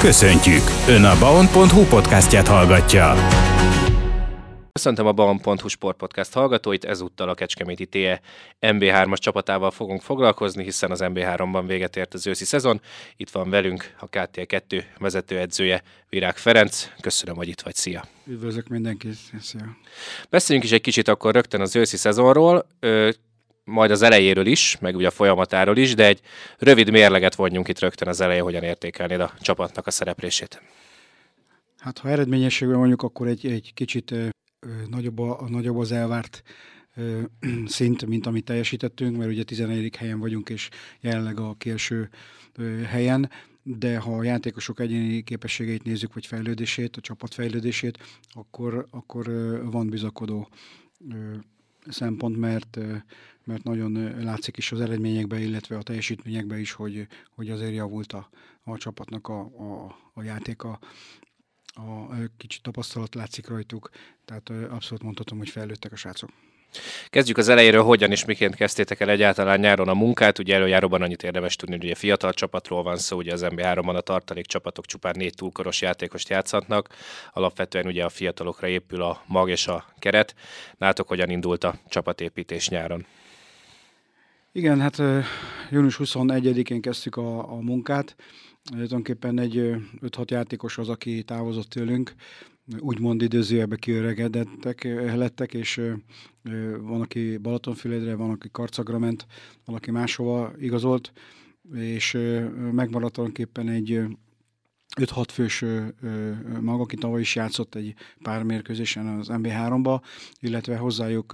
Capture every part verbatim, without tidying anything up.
Köszöntjük! Ön a baon pont hu podcastját hallgatja. Köszöntöm a baon pont hu sportpodcast hallgatóit, ezúttal a Kecskeméti té e em bé hármas csapatával fogunk foglalkozni, hiszen az em bé háromban véget ért az őszi szezon. Itt van velünk a ká té kettő vezetőedzője, Virág Ferenc. Köszönöm, hogy itt vagy. Szia! Üdvözlök mindenkit! Szia! Beszéljünk is egy kicsit akkor rögtön az őszi szezonról, ö, majd az elejéről is, meg ugye a folyamatáról is, de egy rövid mérleget vonjunk itt rögtön az elején, hogyan értékelnéd a csapatnak a szereplését. Hát ha eredményességben mondjuk, akkor egy, egy kicsit ö, nagyobb, a, nagyobb az elvárt ö, szint, mint amit teljesítettünk, mert ugye tizennegyedik helyen vagyunk, és jelenleg a kielső ö, helyen, de ha a játékosok egyéni képességeit nézzük, vagy fejlődését, a csapat fejlődését, akkor, akkor ö, van bizakodó ö, szempont, mert, mert nagyon látszik is az eredményekben, illetve a teljesítményekben is, hogy, hogy azért javult a, a csapatnak a, a, a játéka, a kicsit tapasztalat látszik rajtuk, tehát abszolút mondhatom, hogy fejlődtek a srácok. Kezdjük az elejéről, hogyan és miként kezdtétek el egyáltalán nyáron a munkát. Ugye előjáróban annyit érdemes tudni, hogy ugye fiatal csapatról van szó, ugye az em bé háromban a tartalék csapatok csupán négy túlkoros játékost játszhatnak. Alapvetően ugye a fiatalokra épül a mag és a keret. Nálatok hogyan indult a csapatépítés nyáron? Igen, hát június huszonegyedikén kezdtük a, a munkát. Tulajdonképpen egy öt-hat játékos az, aki távozott tőlünk, úgymond időzőjelbe kiöregedettek lettek, és van, aki Balatonfüredre, van, aki Karcagra ment, van, aki máshova igazolt, és megmaradt tulajdonképpen egy öt-hat fős mag, aki tavaly is játszott egy pár mérkőzésen az em bé háromba, illetve hozzájuk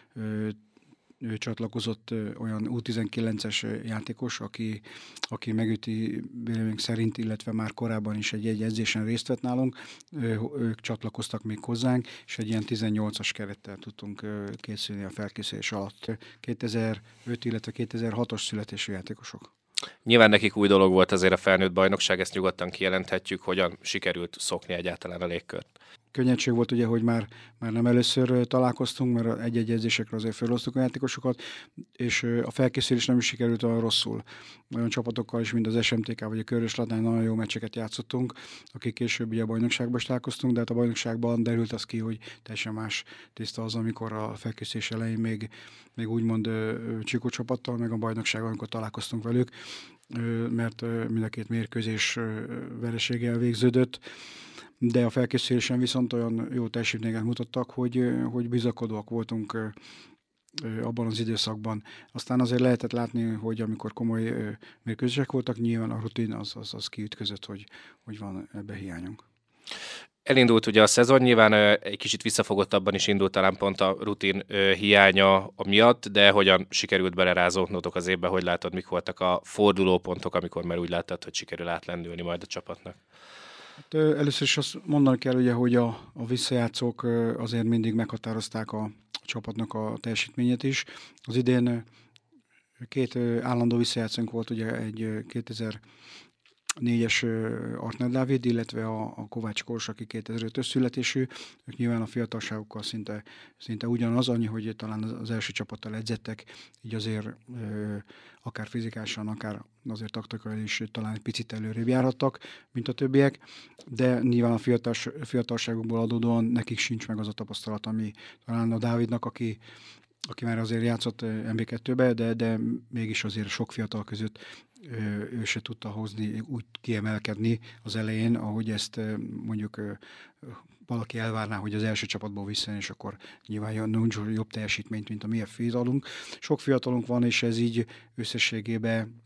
ő csatlakozott olyan u tizenkilences játékos, aki, aki megüti véleményünk szerint, illetve már korábban is egy, egy edzésen részt vett nálunk. Ő, ők csatlakoztak még hozzánk, és egy ilyen tizennyolcas kerettel tudtunk készülni a felkészülés alatt. kétezer-öt, illetve kétezer-hatos születésű játékosok. Nyilván nekik új dolog volt azért a felnőtt bajnokság, ezt nyugodtan kijelenthetjük, hogyan sikerült szokni egyáltalán a légkört. Könnyedség volt ugye, hogy már, már nem először találkoztunk, mert egy-egy edzésekre azért felosztuk a játékosokat, és a felkészülés nem is sikerült olyan rosszul. Olyan csapatokkal is, mint az es em té ká vagy a Körös Ladnán nagyon jó meccseket játszottunk, akik később ugye a bajnokságban is találkoztunk, de hát a bajnokságban derült az ki, hogy teljesen más tiszta az, amikor a felkészülés elején még, még úgymond Csikó csapattal, meg a bajnokságban, amikor találkoztunk velük, mert mind a két mérkőzés vereséggel végződött. De a felkészülésen viszont olyan jó teljesítményeket mutattak, hogy, hogy bizakodóak voltunk abban az időszakban. Aztán azért lehetett látni, hogy amikor komoly mérkőzések voltak, nyilván a rutin az, az, az kiütközött, hogy, hogy van ebbe hiányunk. Elindult ugye a szezon, nyilván egy kicsit visszafogottabban is indult talán pont a rutin hiánya miatt, de hogyan sikerült belerázódnotok az évbe, hogy látod, mik voltak a fordulópontok, amikor már úgy láttad, hogy sikerül átlendülni majd a csapatnak? Hát, először is azt mondani kell, ugye, hogy a, a visszajátszók azért mindig meghatározták a csapatnak a teljesítményét is. Az idén két állandó visszajátszónk volt, ugye egy kétezer-négyes Artner Dávid, illetve a, a Kovács Kors, aki kétezer-ötös születésű. Ők nyilván a fiatalságukkal szinte, szinte ugyanaz, annyi, hogy talán az első csapattal edzettek, így azért akár fizikálisan, akár azért taktikailag is talán egy picit előrébb járhattak, mint a többiek, de nyilván a fiatals, fiatalságukból adódóan nekik sincs meg az a tapasztalat, ami talán a Dávidnak, aki, aki már azért játszott em bé kettőbe, de, de mégis azért sok fiatal között ő se tudta hozni, úgy kiemelkedni az elején, ahogy ezt mondjuk valaki elvárná, hogy az első csapatból visszajön, és akkor nyilván jobb teljesítményt, mint a mi fiatalunk. Sok fiatalunk van, és ez így összességében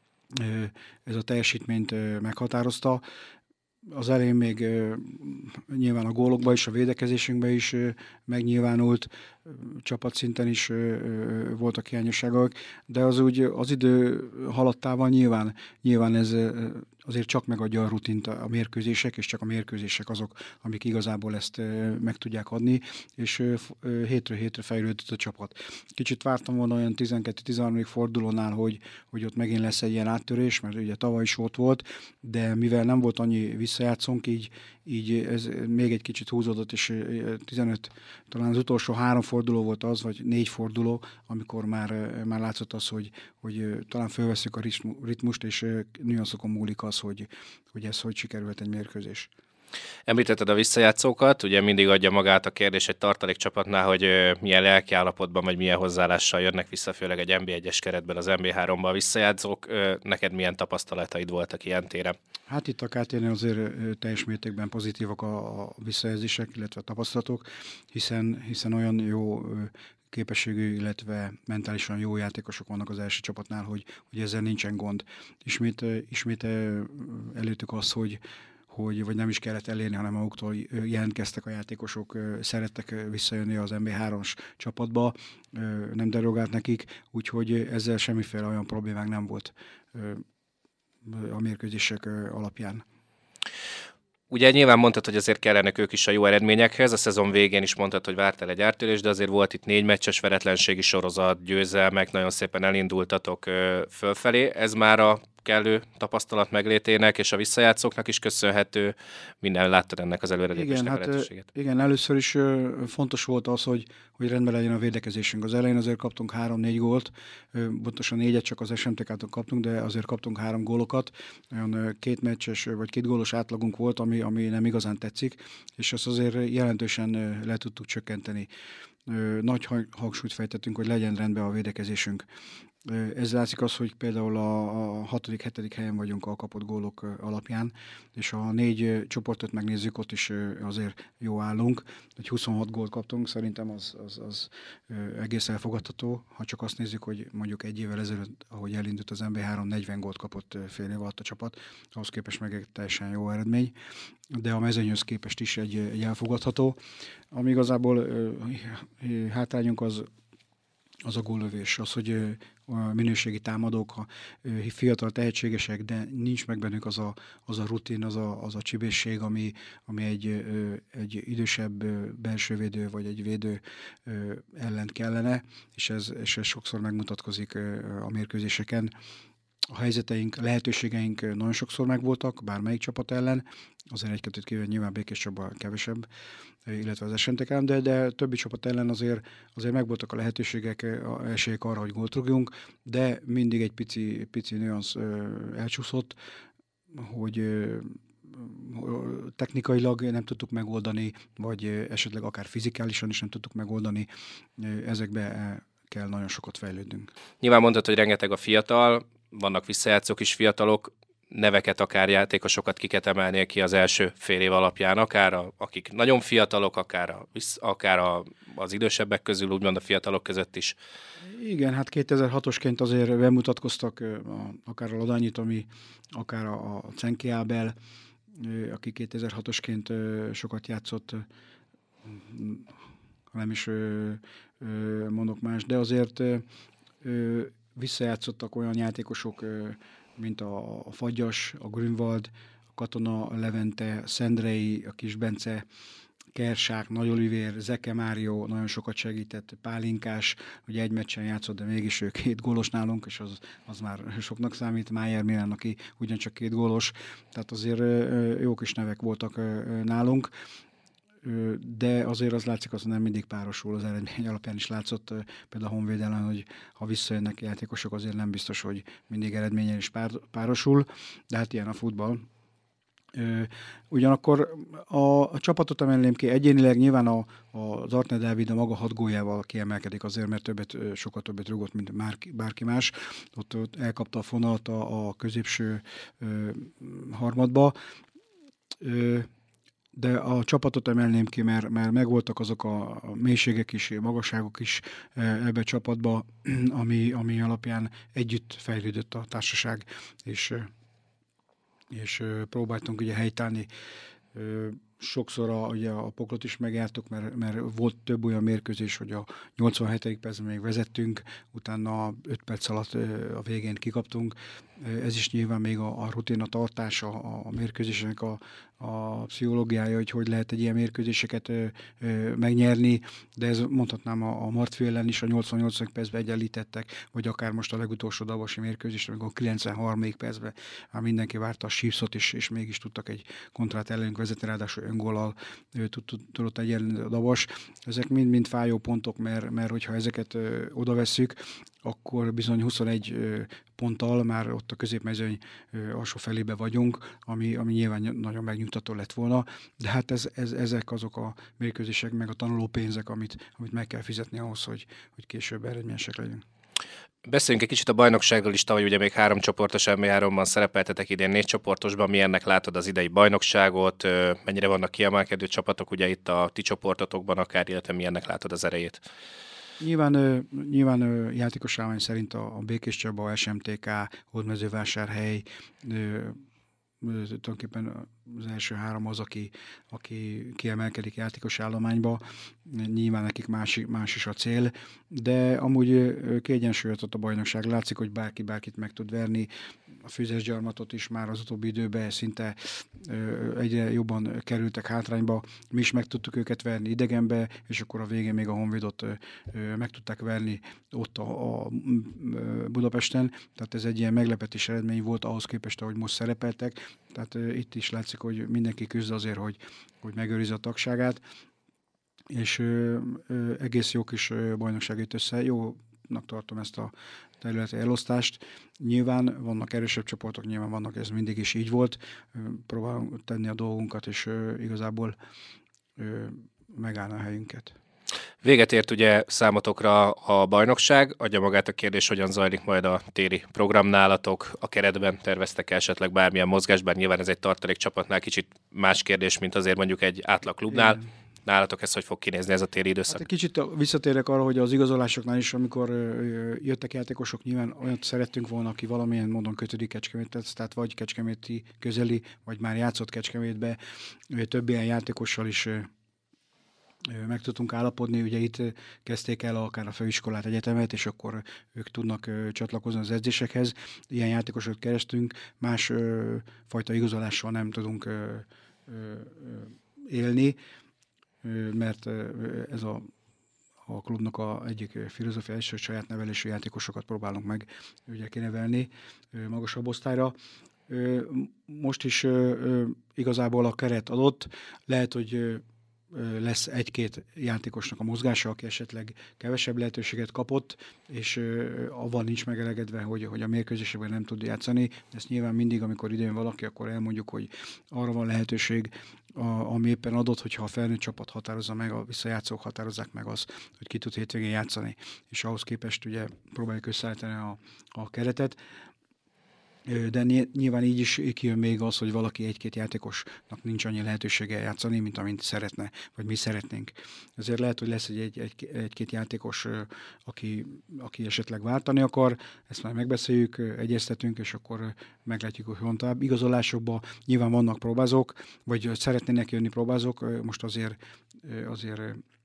ez a teljesítményt meghatározta. Az elején még uh, nyilván a gólokban is, a védekezésünkben is uh, megnyilvánult, uh, csapatszinten is uh, voltak hiányosságok, de az úgy az idő haladtával nyilván, nyilván ez uh, azért csak megadja a rutint a mérkőzések, és csak a mérkőzések azok, amik igazából ezt uh, meg tudják adni, és uh, hétről hétre fejlődött a csapat. Kicsit vártam volna olyan tizenkettő-tizenhárom fordulónál, hogy, hogy ott megint lesz egy ilyen áttörés, mert ugye tavaly is ott volt, de mivel nem volt annyi visszajátszónk, így, így ez még egy kicsit húzódott, és tizenöt, talán az utolsó három forduló volt az, vagy négy forduló, amikor már, már látszott az, hogy, hogy talán fölveszünk a ritmust, és nüanszokon múlik az, hogy, hogy ez hogy sikerült egy mérkőzés. Említetted a visszajátszókat, ugye mindig adja magát a kérdés egy tartalékcsapatnál, hogy milyen lelkiállapotban, vagy milyen hozzáállással jönnek vissza, főleg egy en bé egyes keretben az en bé háromban a visszajátszók. Neked milyen tapasztalataid voltak ilyen téren? Hát itt a ká té-nél azért teljes mértékben pozitívak a visszajelzések, illetve a tapasztalatok, hiszen, hiszen olyan jó képességű, illetve mentálisan jó játékosok vannak az első csapatnál, hogy, hogy ezzel nincsen gond. Ismét, ismét előttük az, hogy hogy vagy nem is kellett elérni, hanem maguktól jelentkeztek a játékosok, szerettek visszajönni az en bé hármas csapatba, nem derogált nekik, úgyhogy ezzel semmiféle olyan problémák nem volt a mérkőzések alapján. Ugye nyilván mondtad, hogy azért kellenek ők is a jó eredményekhez, a szezon végén is mondtad, hogy vártál egy ártörést, de azért volt itt négy meccses veretlenségi sorozat, győzelmek, nagyon szépen elindultatok fölfelé. Ez már a kellő tapasztalat meglétének és a visszajátszóknak is köszönhető. Minden láttad ennek az előrelépésnek a lehetőséget. Igen, először is fontos volt az, hogy, hogy rendben legyen a védekezésünk. Az elején azért kaptunk három-négy gólt, pontosan négyet csak az es em té ká-tól kaptunk, de azért kaptunk három gólokat. Olyan két meccses vagy két gólos átlagunk volt, ami, ami nem igazán tetszik, és azt azért jelentősen le tudtuk csökkenteni. Nagy hangsúlyt fejtettünk, hogy legyen rendben a védekezésünk. Ez látszik az, hogy például a hatodik hetedik helyen vagyunk a kapott gólok alapján, és ha a négy csoportot megnézzük, ott is azért jó állunk. Egy huszonhat gólt kaptunk, szerintem az, az, az egész elfogadható. Ha csak azt nézzük, hogy mondjuk egy évvel ezelőtt, ahogy elindult az en bé három, negyven gólt kapott fél év alatt a csapat, ahhoz képest meg egy teljesen jó eredmény, de a mezőnyhöz képest is egy, egy elfogadható. Ami igazából hátrányunk az az a góllövés, az, hogy a minőségi támadók, a fiatal tehetségesek, de nincs meg bennük az a, az a rutin, az a, az a csibészség, ami, ami egy, egy idősebb belsővédő vagy egy védő ellen kellene, és ez, és ez sokszor megmutatkozik a mérkőzéseken. A helyzeteink, lehetőségeink nagyon sokszor megvoltak, bármelyik csapat ellen, azért egy-kettőt kívül nyilván Békés Csaba kevesebb, illetve az es em té ká, de, de többi csapat ellen azért, azért megvoltak a lehetőségek, a esélyek arra, hogy gólt rúgjunk, de mindig egy pici, pici nüansz elcsúszott, hogy technikailag nem tudtuk megoldani, vagy esetleg akár fizikálisan is nem tudtuk megoldani, ezekbe kell nagyon sokat fejlődnünk. Nyilván mondtad, hogy rengeteg a fiatal, vannak visszajátszók is fiatalok, neveket, akár játékosokat kiket emelnél ki az első fél év alapján, akár a, akik nagyon fiatalok, akár, a, akár a, az idősebbek közül, úgymond a fiatalok között is. Igen, hát kétezer-hatosként azért bemutatkoztak akár a Ladányit, ami, akár a, a Cenki Ábel, aki kétezer-hatosként sokat játszott, nem is mondok más, de azért visszajátszottak olyan játékosok, mint a Fagyas, a Grünwald, a Katona, a Levente, a Szendrei, a Kisbence, Kersák, Nagy Olivér, Zeke Mário nagyon sokat segített, Pálinkás, ugye egy meccsen játszott, de mégis ő két gólos nálunk, és az, az már soknak számít, Májer Milan, aki ugyancsak két gólos, tehát azért jó kis nevek voltak nálunk, de azért az látszik, az nem mindig párosul, az eredmény alapján is látszott, például a Honvéd ellen, hogy ha visszajönnek játékosok, azért nem biztos, hogy mindig eredményen is pár, párosul, de hát ilyen a futball. Ugyanakkor a, a csapatot emelném ki, egyénileg nyilván a, a Dartner Dávid a maga hat góljával kiemelkedik azért, mert többet, sokkal többet rúgott, mint bárki, bárki más. Ott, ott elkapta a fonalat a, a középső ö, harmadba. Ö, de a csapatot emelném ki, mert, mert megvoltak azok a mélységek is, magasságok is ebbe a csapatba, ami, ami alapján együtt fejlődött a társaság, és, és próbáltunk ugye helytállni. Sokszor a, ugye a poklot is megjártuk, mert, mert volt több olyan mérkőzés, hogy a nyolcvanhetedik percben még vezettünk, utána öt perc alatt a végén kikaptunk. Ez is nyilván még a, a rutin, a tartás, a, a mérkőzésnek a, a pszichológiája, hogy hogy lehet egy ilyen mérkőzéseket ö, ö, megnyerni, de ez mondhatnám a, a Martfő ellen is, a nyolcvannyolcadik percben egyenlítettek, vagy akár most a legutolsó Dabasi mérkőzést, amikor a kilencvenharmadik percben már mindenki várta a Chiefsot, és, és mégis tudtak egy kontrát ellenünk vezetni, ráadásul öngóllal tudott egyenlíteni a Dabas. Ezek mind-mind fájó pontok, mert, mert hogyha ezeket ö, oda vesszük, akkor bizony huszonegy ponttal már ott a középmezőny alsó felébe vagyunk, ami, ami nyilván nagyon megnyugtató lett volna, de hát ez, ez, ezek azok a mérkőzések, meg a tanuló pénzek, amit, amit meg kell fizetni ahhoz, hogy, hogy később eredményesek legyünk. Beszéljünk egy kicsit a bajnokságról is, tavaly ugye még három csoportos em bé háromban szerepeltetek, idén négy csoportosban. Milyennek látod az idei bajnokságot, mennyire vannak kiemelkedő csapatok ugye itt a ti csoportotokban akár, illetve milyennek látod az erejét? Nyilván, nyilván játékos állomány szerint a Békés Csaba, es em té ká, Hódmezővásárhely, tulajdonképpen az első három az, aki, aki kiemelkedik játékos állományba. Nyilván nekik más, más is a cél, de amúgy kiegyensúlyozott a bajnokság. Látszik, hogy bárki bárkit meg tud verni. A Füzes Gyarmatot is már az utóbbi időben szinte egyre jobban kerültek hátrányba. Mi is meg tudtuk őket verni idegenbe, és akkor a végén még a Honvédot meg tudták verni ott a, a Budapesten. Tehát ez egy ilyen meglepetés eredmény volt ahhoz képest, ahogy most szerepeltek. Tehát itt is látszik, hogy mindenki küzd azért, hogy, hogy megőrizze a tagságát, és ö, ö, egész jó kis bajnokság jött össze. Jónak tartom ezt a területi elosztást. Nyilván vannak erősebb csoportok, nyilván vannak, ez mindig is így volt. Próbálunk tenni a dolgunkat, és ö, igazából ö, megállni a helyünket. Véget ért ugye számotokra a bajnokság, adja magát a kérdés, hogyan zajlik majd a téli program nálatok, a keretben terveztek esetleg bármilyen mozgást, bár nyilván ez egy tartalék csapatnál kicsit más kérdés, mint azért mondjuk egy átlag klubnál. Igen. Nálatok ez hogy fog kinézni ez a téli időszak? Hát egy kicsit visszatérek arra, hogy az igazolásoknál is, amikor jöttek játékosok, nyilván olyat szerettünk volna, aki valamilyen módon kötődik Kecskeméthez, tehát vagy kecskeméti közeli, vagy már játszott Kecskemétbe, több ilyen játékossal is meg tudtunk állapodni, ugye itt kezdték el akár a főiskolát, egyetemet, és akkor ők tudnak ö, csatlakozni az edzésekhez. Ilyen játékosokat kerestünk, más ö, fajta igazolással nem tudunk ö, ö, élni, ö, mert ö, ez a, a klubnak a egyik filozófia, és saját nevelésű játékosokat próbálunk meg ugye kinevelni ö, magasabb osztályra. Ö, most is ö, ö, igazából a keret adott, lehet, hogy ö, lesz egy-két játékosnak a mozgása, aki esetleg kevesebb lehetőséget kapott, és avval nincs megelegedve, hogy, hogy a mérkőzésekben nem tud játszani. Ezt nyilván mindig, amikor idejön valaki, akkor elmondjuk, hogy arra van lehetőség, a, ami éppen adott, hogyha a felnőtt csapat határozza meg, a visszajátszók határozzák meg az, hogy ki tud hétvégén játszani. És ahhoz képest ugye próbáljuk összeállítani a, a keretet. De nyilván így is kijön még az, hogy valaki egy-két játékosnak nincs annyi lehetősége játszani, mint amint szeretne, vagy mi szeretnénk. Ezért lehet, hogy lesz egy, egy, egy, egy-két játékos, aki, aki esetleg váltani akar, ezt már megbeszéljük, egyeztetünk, és akkor meglátjuk, hogy hon tovább. Igazolásokban nyilván vannak próbázók, vagy szeretnének jönni próbázók, most azért, azért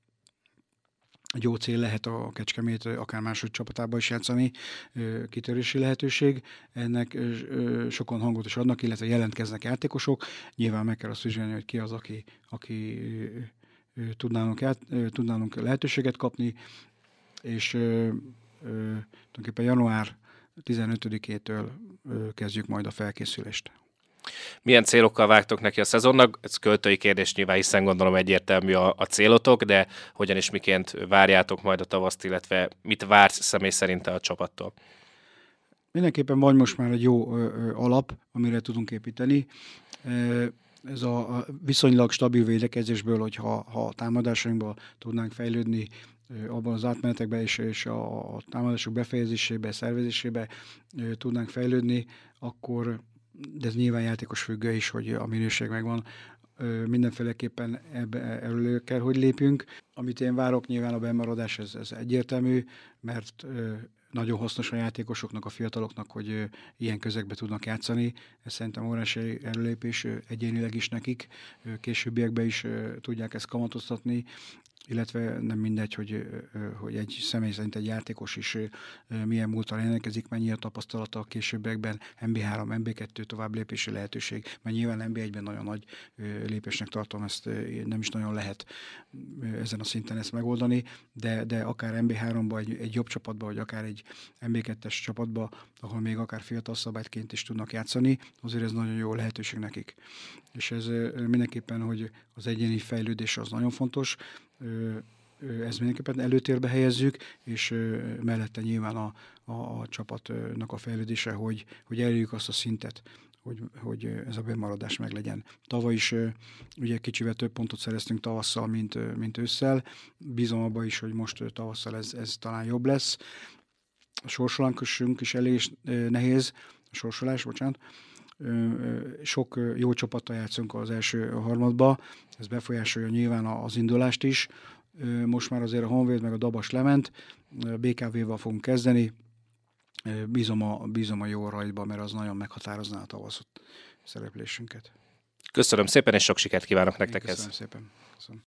egy jó cél lehet a Kecskemét akár másod csapatában is játszani, kitörési lehetőség. Ennek sokan hangot is adnak, illetve jelentkeznek játékosok. Nyilván meg kell azt vizsgálni, hogy ki az, aki, aki tudnálunk, ját, tudnálunk lehetőséget kapni, és tulajdonképpen január tizenötödikétől kezdjük majd a felkészülést. Milyen célokkal vágtok neki a szezonnak? Ez költői kérdés nyilván, hiszen gondolom egyértelmű a, a célotok, de hogyan és miként várjátok majd a tavaszt, illetve mit vársz személy szerint a csapattól? Mindenképpen van most már egy jó ö, ö, alap, amire tudunk építeni. Ez a, a viszonylag stabil védekezésből, hogyha ha a támadásainkban tudnánk fejlődni, abban az átmenetekben és, és a, a támadások befejezésébe, szervezésébe tudnánk fejlődni, akkor de ez nyilván játékos függő is, hogy a minőség megvan. Mindenféleképpen ebbe elő kell, hogy lépjünk. Amit én várok, nyilván a bennmaradás, ez, ez egyértelmű, mert nagyon hasznos a játékosoknak, a fiataloknak, hogy ilyen közegbe tudnak játszani. Ez szerintem óriási előlépés egyénileg is nekik. Későbbiekben is tudják ezt kamatoztatni, illetve nem mindegy, hogy, hogy egy személy szerint egy játékos is milyen múltal rendelkezik, mennyi a tapasztalata a későbbiekben, en bé három, en bé kettő tovább lépési lehetőség, mert nyilván en bé egyben nagyon nagy lépésnek tartom, ezt nem is nagyon lehet ezen a szinten ezt megoldani, de, de akár en bé háromba, egy, egy jobb csapatba, vagy akár egy en bé kettes csapatba, ahol még akár fiatal szabályként is tudnak játszani, azért ez nagyon jó lehetőség nekik. És ez mindenképpen, hogy az egyéni fejlődés az nagyon fontos, ez mindenképpen előtérbe helyezzük, és mellette nyilván a, a, a csapatnak a fejlődése, hogy, hogy elérjük azt a szintet, hogy, hogy ez a bemaradás meglegyen. Tavaly is ugye kicsivel több pontot szereztünk tavasszal, mint, mint ősszel. Bízom abban is, hogy most tavasszal ez, ez talán jobb lesz. A sorsolásunk is elég nehéz, a sorsolás, bocsánat. Sok jó csapattal játszunk az első harmadba, ez befolyásolja nyilván az indulást is. Most már azért a Honvéd meg a Dabas lement, bé ká vé-val fogunk kezdeni. Bízom a, bízom a jó rajtba, mert az nagyon meghatározná a tavaszott szereplésünket. Köszönöm szépen, és sok sikert kívánok nektek. Köszönöm ez. szépen. Köszönöm.